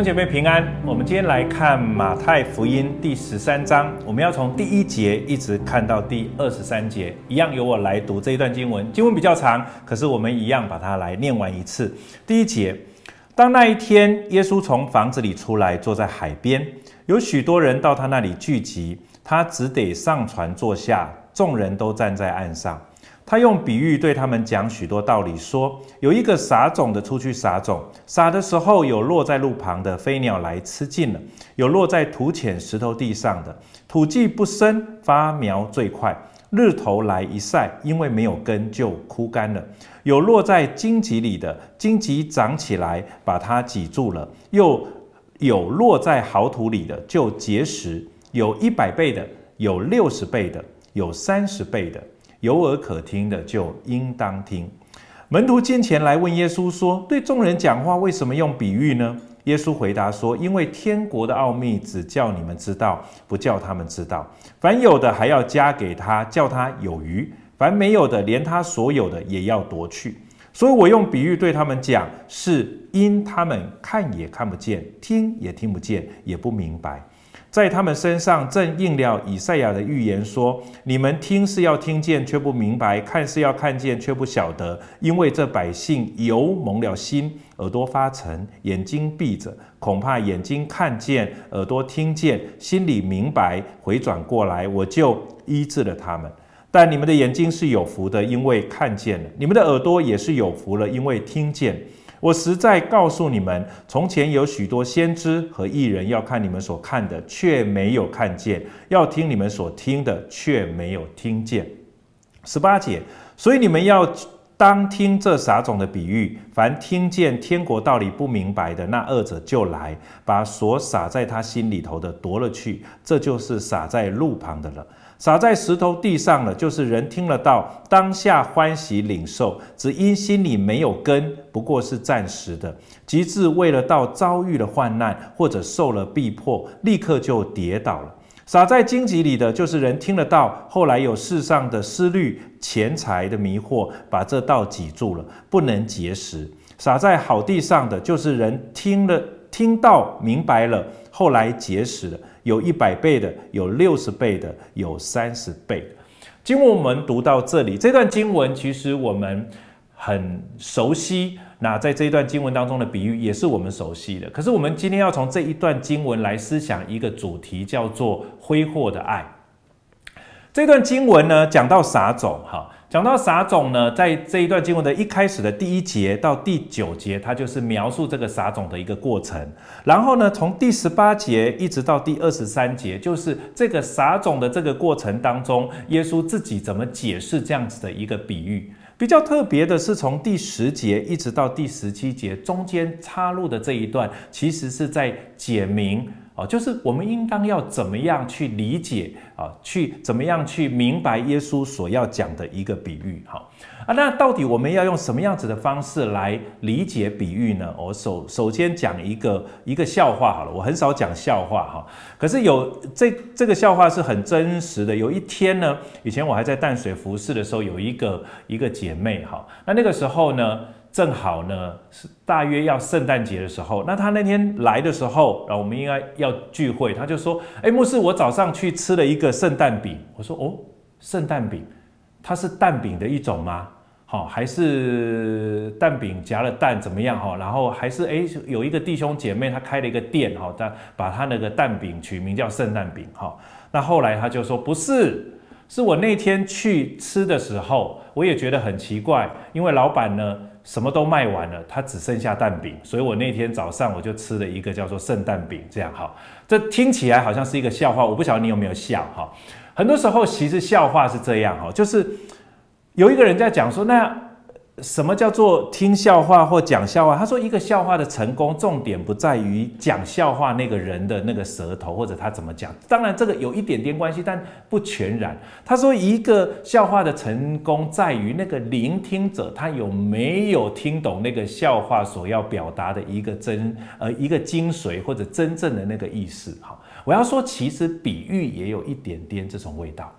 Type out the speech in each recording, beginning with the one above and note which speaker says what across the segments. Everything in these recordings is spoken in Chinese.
Speaker 1: 弟兄姐妹平安，我们今天来看马太福音第13章，我们要从第1节一直看到第23节，一样由我来读这一段经文。经文比较长，可是我们一样把它来念完一次。第1节，当那一天，耶稣从房子里出来，坐在海边，有许多人到他那里聚集，他只得上船坐下，众人都站在岸上。他用比喻对他们讲许多道理，说有一个撒种的出去撒种，撒的时候有落在路旁的，飞鸟来吃尽了；有落在土浅石头地上的，土既不深，发苗最快，日头来一晒，因为没有根就枯干了；有落在荆棘里的，荆棘长起来把它挤住了；又有落在好土里的，就结实，有100倍的，有60倍的，有30倍的。有耳可听的就应当听。门徒近前来问耶稣说，对众人讲话为什么用比喻呢？耶稣回答说，因为天国的奥秘只叫你们知道，不叫他们知道。凡有的还要加给他，叫他有余；凡没有的，连他所有的也要夺去。所以我用比喻对他们讲，是因他们看也看不见，听也听不见，也不明白。在他们身上正应了以赛亚的预言说，你们听是要听见却不明白，看是要看见却不晓得，因为这百姓油蒙了心，耳朵发沉，眼睛闭着，恐怕眼睛看见，耳朵听见，心里明白，回转过来，我就医治了他们。但你们的眼睛是有福的，因为看见了；你们的耳朵也是有福了，因为听见。我实在告诉你们，从前有许多先知和义人要看你们所看的，却没有看见；要听你们所听的，却没有听见。18节，所以你们要当听这撒种的比喻。凡听见天国道理不明白的，那恶者就来，把所撒在他心里头的夺了去，这就是撒在路旁的了。撒在石头地上了，就是人听了道，当下欢喜领受，只因心里没有根，不过是暂时的；及至为了道遭遇了患难，或者受了逼迫，立刻就跌倒了。撒在荆棘里的，就是人听了道，后来有世上的思虑、钱财的迷惑，把这道挤住了，不能结实。撒在好地上的，就是人听道明白了，后来结实了，有100倍的，有60倍的，有30倍的。经文我们读到这里，这段经文其实我们很熟悉，那在这一段经文当中的比喻也是我们熟悉的。可是我们今天要从这一段经文来思想一个主题，叫做挥霍的爱。这段经文呢，讲到撒种，讲到撒种呢，在这一段经文的一开始的第1节到第9节，它就是描述这个撒种的一个过程。然后呢，从第18节一直到第23节，就是这个撒种的这个过程当中，耶稣自己怎么解释这样子的一个比喻。比较特别的是，从第10节一直到第17节中间插入的这一段，其实是在解明就是我们应当要怎么样去理解去怎么样去明白耶稣所要讲的一个比喻。那到底我们要用什么样子的方式来理解比喻呢？我首先讲一个笑话好了。我很少讲笑话可是有这个笑话是很真实的。有一天呢，以前我还在淡水服侍的时候，有一个姐妹那个时候呢，正好呢是大约要圣诞节的时候，那她那天来的时候，然后我们应该要聚会，她就说：“牧师，我早上去吃了一个圣诞饼。”我说：“哦，圣诞饼，它是蛋饼的一种吗？还是蛋饼夹了蛋怎么样？然后还是有一个弟兄姐妹他开了一个店他把他那个蛋饼取名叫圣诞饼那后来他就说不是。”是我那天去吃的时候，我也觉得很奇怪，因为老板呢什么都卖完了，他只剩下蛋饼，所以我那天早上我就吃了一个叫做圣诞饼，这样这听起来好像是一个笑话，我不晓得你有没有笑很多时候其实笑话是这样就是有一个人在讲说，那什么叫做听笑话或讲笑话？他说，一个笑话的成功，重点不在于讲笑话那个人的那个舌头或者他怎么讲，当然这个有一点点关系，但不全然。他说，一个笑话的成功在于那个聆听者他有没有听懂那个笑话所要表达的一个精髓或者真正的那个意思。我要说，其实比喻也有一点点这种味道。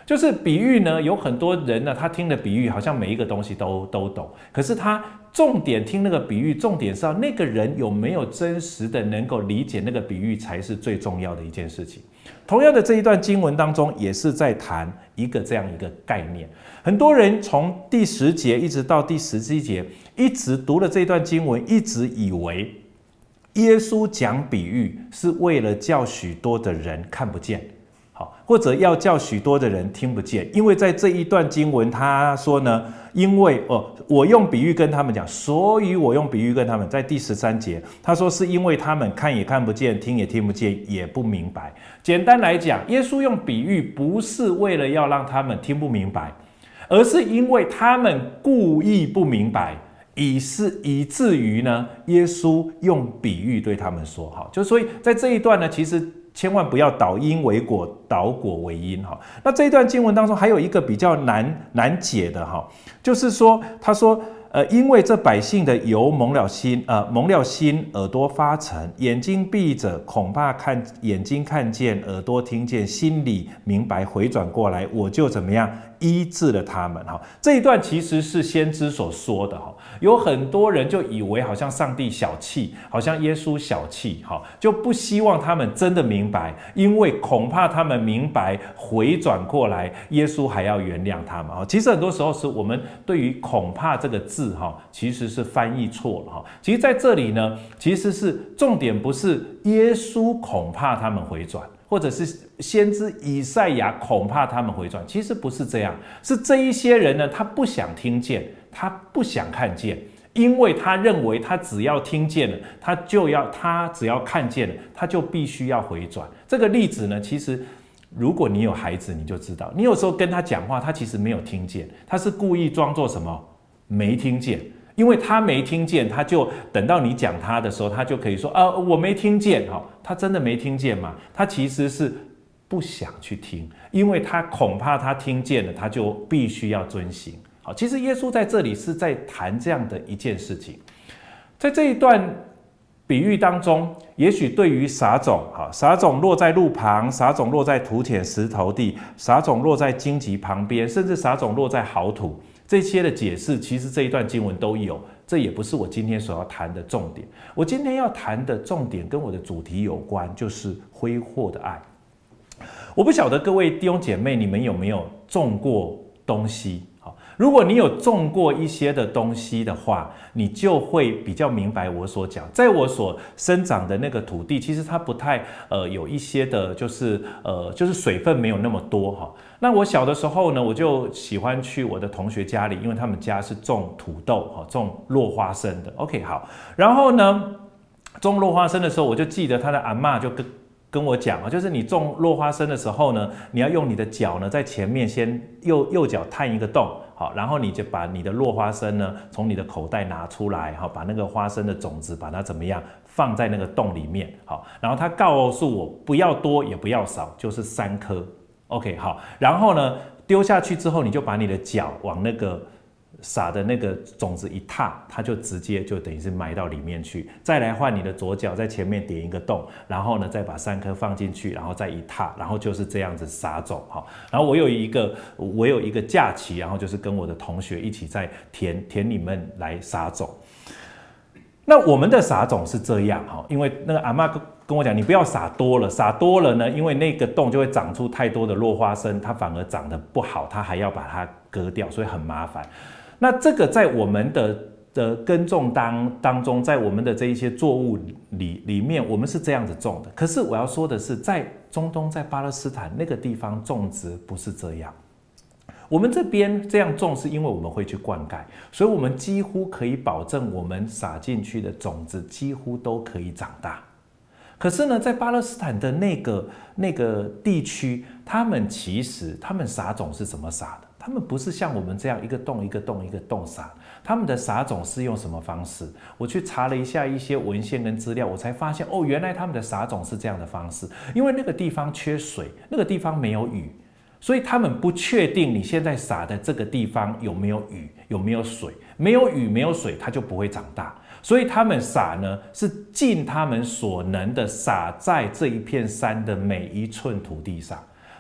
Speaker 1: 就是比喻呢，有很多人呢，他听的比喻好像每一个东西都懂，可是他重点听那个比喻，重点是要那个人有没有真实的能够理解那个比喻，才是最重要的一件事情。同样的，这一段经文当中也是在谈这样一个概念。很多人从第10节一直到第17节，一直读了这一段经文，一直以为耶稣讲比喻是为了叫许多的人看不见。好，或者要叫许多的人听不见，因为在这一段经文他说呢，因为我用比喻跟他们讲，所以我用比喻跟他们，在第13节他说是因为他们看也看不见，听也听不见，也不明白。简单来讲，耶稣用比喻不是为了要让他们听不明白，而是因为他们故意不明白，以至于呢，耶稣用比喻对他们说。好，就所以在这一段呢，其实千万不要倒因为果，倒果为因。那这一段经文当中还有一个比较难解的，就是说他说因为这百姓的油蒙了心，耳朵发沉，眼睛闭着，恐怕眼睛看见，耳朵听见，心里明白，回转过来，我就怎么样医治了他们。这一段其实是先知所说的。有很多人就以为好像上帝小气，好像耶稣小气，就不希望他们真的明白，因为恐怕他们明白回转过来，耶稣还要原谅他们。其实很多时候是我们对于恐怕这个字其实是翻译错了。其实在这里呢，其实是重点不是耶稣恐怕他们回转，或者是先知以赛亚恐怕他们回转，其实不是这样，是这一些人呢，他不想听见，他不想看见，因为他认为他只要听见了，他只要看见了，他就必须要回转。这个例子呢，其实如果你有孩子，你就知道，你有时候跟他讲话，他其实没有听见，他是故意装作什么没听见。因为他没听见，他就等到你讲他的时候，他就可以说我没听见。他真的没听见吗？他其实是不想去听，因为他恐怕他听见了，他就必须要遵行。好，其实耶稣在这里是在谈这样的一件事情。在这一段比喻当中，也许对于撒种落在路旁，撒种落在土浅石头地，撒种落在荆棘旁边，甚至撒种落在好土，这些的解释其实这一段经文都有，这也不是我今天所要谈的重点。我今天要谈的重点跟我的主题有关，就是挥霍的爱。我不晓得各位弟兄姐妹，你们有没有种过东西？如果你有种过一些的东西的话，你就会比较明白我所讲。在我所生长的那个土地，其实它不太有一些的，就是水分没有那么多。那我小的时候呢，我就喜欢去我的同学家里，因为他们家是种土豆，种落花生的。OK， 好，然后呢，种落花生的时候，我就记得他的阿嬷就跟我讲，就是你种落花生的时候呢，你要用你的脚呢，在前面先右脚探一个洞。好，然后你就把你的落花生呢，从你的口袋拿出来，好，把那个花生的种子把它怎么样放在那个洞里面，好，然后他告诉我不要多也不要少，就是3颗 ，OK， 好，然后呢丢下去之后，你就把你的脚往那个撒的那个种子一踏，它就直接就等于是埋到里面去。再来换你的左脚在前面点一个洞，然后呢再把3颗放进去，然后再一踏，然后就是这样子撒种。然后我有一个假期，然后就是跟我的同学一起在田里面来撒种。那我们的撒种是这样，因为那个阿嬷跟我讲，你不要撒多了，撒多了呢，因为那个洞就会长出太多的落花生，它反而长得不好，它还要把它割掉，所以很麻烦。那这个在我们的耕种当中，在我们的这一些作物里面，我们是这样子种的。可是我要说的是，在中东，在巴勒斯坦那个地方种植不是这样。我们这边这样种，是因为我们会去灌溉，所以我们几乎可以保证我们撒进去的种子几乎都可以长大。可是呢，在巴勒斯坦的那个地区，他们撒种是怎么撒的？他们不是像我们这样一个洞一个洞一个洞撒，他们的撒种是用什么方式？我去查了一下一些文献跟资料，我才发现原来他们的撒种是这样的方式。因为那个地方缺水，那个地方没有雨，所以他们不确定你现在撒的这个地方有没有雨，有没有水。没有雨没有水，它就不会长大。所以他们撒呢，是尽他们所能的撒在这一片山的每一寸土地上。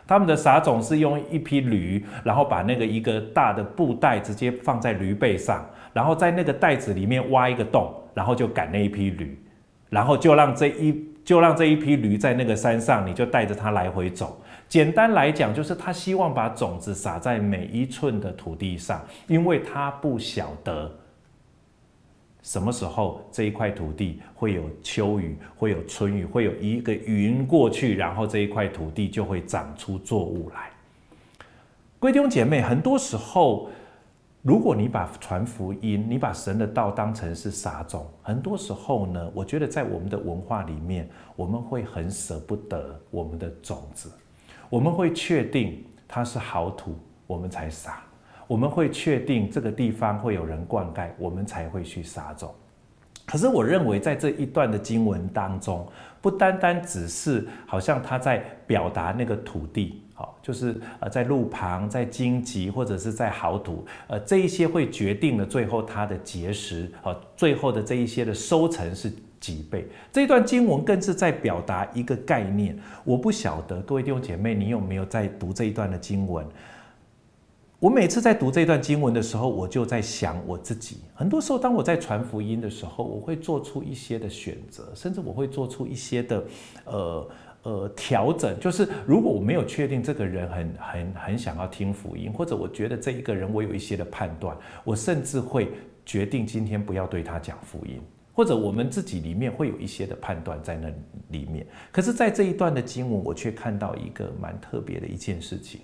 Speaker 1: 他们的撒种是用一匹驴，然后把那个一个大的布袋直接放在驴背上，然后在那个袋子里面挖一个洞，然后就赶那一匹驴，然后就让这一匹驴在那个山上，你就带着它来回走。简单来讲，就是他希望把种子撒在每一寸的土地上，因为他不晓得什么时候这一块土地会有秋雨，会有春雨，会有一个云过去，然后这一块土地就会长出作物来。各位弟兄姐妹，很多时候，如果你把传福音，你把神的道当成是撒种，很多时候呢，我觉得在我们的文化里面，我们会很舍不得我们的种子，我们会确定它是好土，我们才撒。我们会确定这个地方会有人灌溉，我们才会去撒种。可是我认为在这一段的经文当中，不单单只是好像他在表达那个土地，就是在路旁、在荆棘或者是在好土，这一些会决定了最后它的结实，最后的这一些的收成是几倍。这一段经文更是在表达一个概念。我不晓得各位弟兄姐妹，你有没有在读这一段的经文？我每次在读这段经文的时候，我就在想我自己。很多时候，当我在传福音的时候，我会做出一些的选择，甚至我会做出一些的调整。就是如果我没有确定这个人很想要听福音，或者我觉得这一个人我有一些的判断，我甚至会决定今天不要对他讲福音，或者我们自己里面会有一些的判断在那里面。可是，在这一段的经文，我却看到一个蛮特别的一件事情。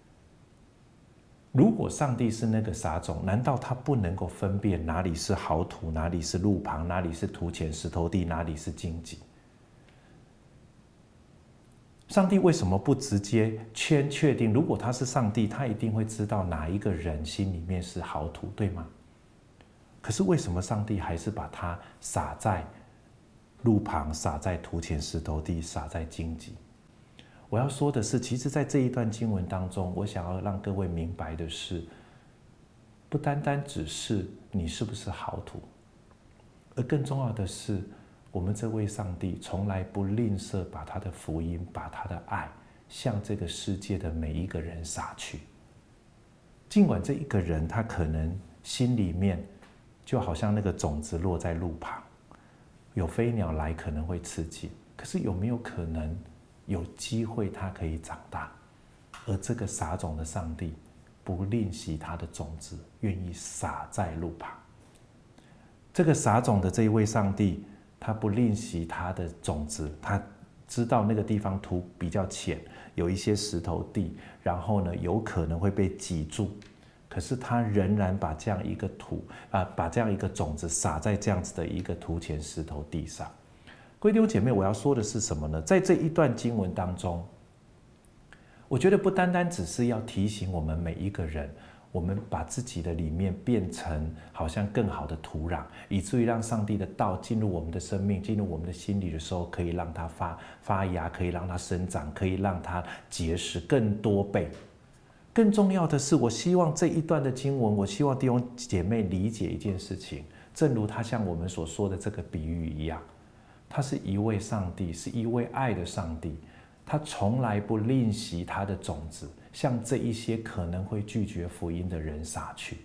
Speaker 1: 如果上帝是那个撒种，难道他不能够分辨哪里是好土，哪里是路旁，哪里是土浅石头地，哪里是荆棘？上帝为什么不直接确定？如果他是上帝，他一定会知道哪一个人心里面是好土，对吗？可是为什么上帝还是把它撒在路旁，撒在土浅石头地，撒在荆棘？我要说的是，其实在这一段经文当中，我想要让各位明白的是，不单单只是你是不是好土，而更重要的是，我们这位上帝从来不吝啬把他的福音，把他的爱向这个世界的每一个人撒去。尽管这一个人他可能心里面就好像那个种子落在路旁，有飞鸟来可能会吃尽，可是有没有可能有机会它可以长大？而这个撒种的上帝不吝惜他的种子，愿意撒在路旁。这个撒种的这一位上帝，他不吝惜他的种子，他知道那个地方土比较浅，有一些石头地，然后呢有可能会被挤住，可是他仍然把这样一个把这样一个种子撒在这样子的一个土浅石头地上。各位弟兄姐妹，我要说的是什么呢？在这一段经文当中，我觉得不单单只是要提醒我们每一个人，我们把自己的里面变成好像更好的土壤，以至于让上帝的道进入我们的生命，进入我们的心里的时候，可以让它发芽，可以让它生长，可以让它结实更多倍。更重要的是，我希望这一段的经文，我希望弟兄姐妹理解一件事情，正如他像我们所说的这个比喻一样，他是一位上帝，是一位爱的上帝，他从来不吝惜他的种子，向这一些可能会拒绝福音的人撒去。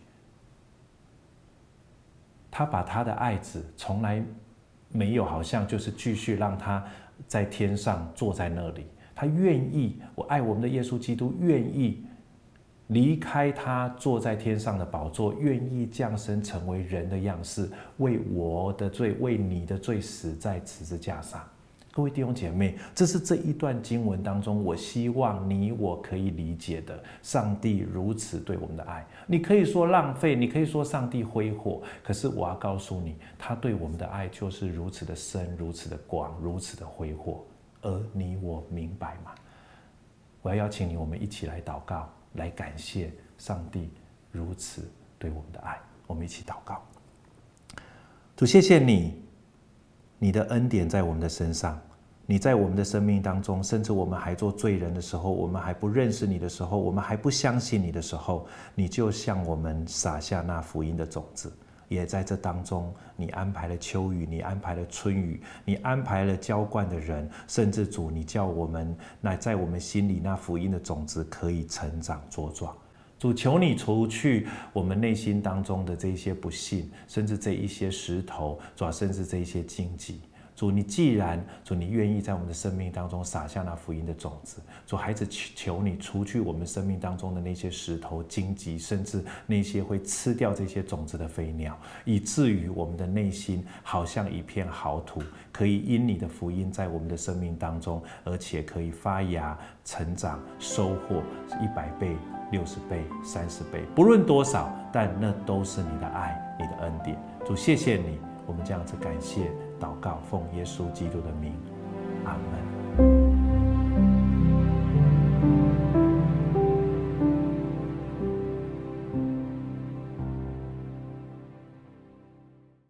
Speaker 1: 他把他的爱子从来没有好像就是继续让他在天上坐在那里，他愿意，我爱我们的耶稣基督，愿意离开他坐在天上的宝座，愿意降生成为人的样式，为我的罪，为你的罪死在十字架上。各位弟兄姐妹，这是这一段经文当中，我希望你我可以理解的，上帝如此对我们的爱。你可以说浪费，你可以说上帝挥霍，可是我要告诉你，他对我们的爱就是如此的深，如此的广，如此的挥霍。而你我明白吗？我要邀请你，我们一起来祷告，来感谢上帝如此对我们的爱。我们一起祷告。主，谢谢你，你的恩典在我们的身上，你在我们的生命当中，甚至我们还做罪人的时候，我们还不认识你的时候，我们还不相信你的时候，你就向我们撒下那福音的种子， 也在这当中，你安排了秋雨，你安排了春雨，你安排了浇灌的人，甚至主，你叫我们那在我们心里那福音的种子可以成长茁壮。主，求你除去我们内心当中的这一些不信，甚至这一些石头，主，甚至这一些荆棘。主，你既然主，你愿意在我们的生命当中撒下那福音的种子，主，孩子求你除去我们生命当中的那些石头、荆棘，甚至那些会吃掉这些种子的飞鸟，以至于我们的内心好像一片好土，可以因你的福音在我们的生命当中，而且可以发芽、成长、收获100倍、60倍、30倍，不论多少，但那都是你的爱、你的恩典。主，谢谢你，我们这样子感谢。祷告，奉耶稣基督的名，阿门。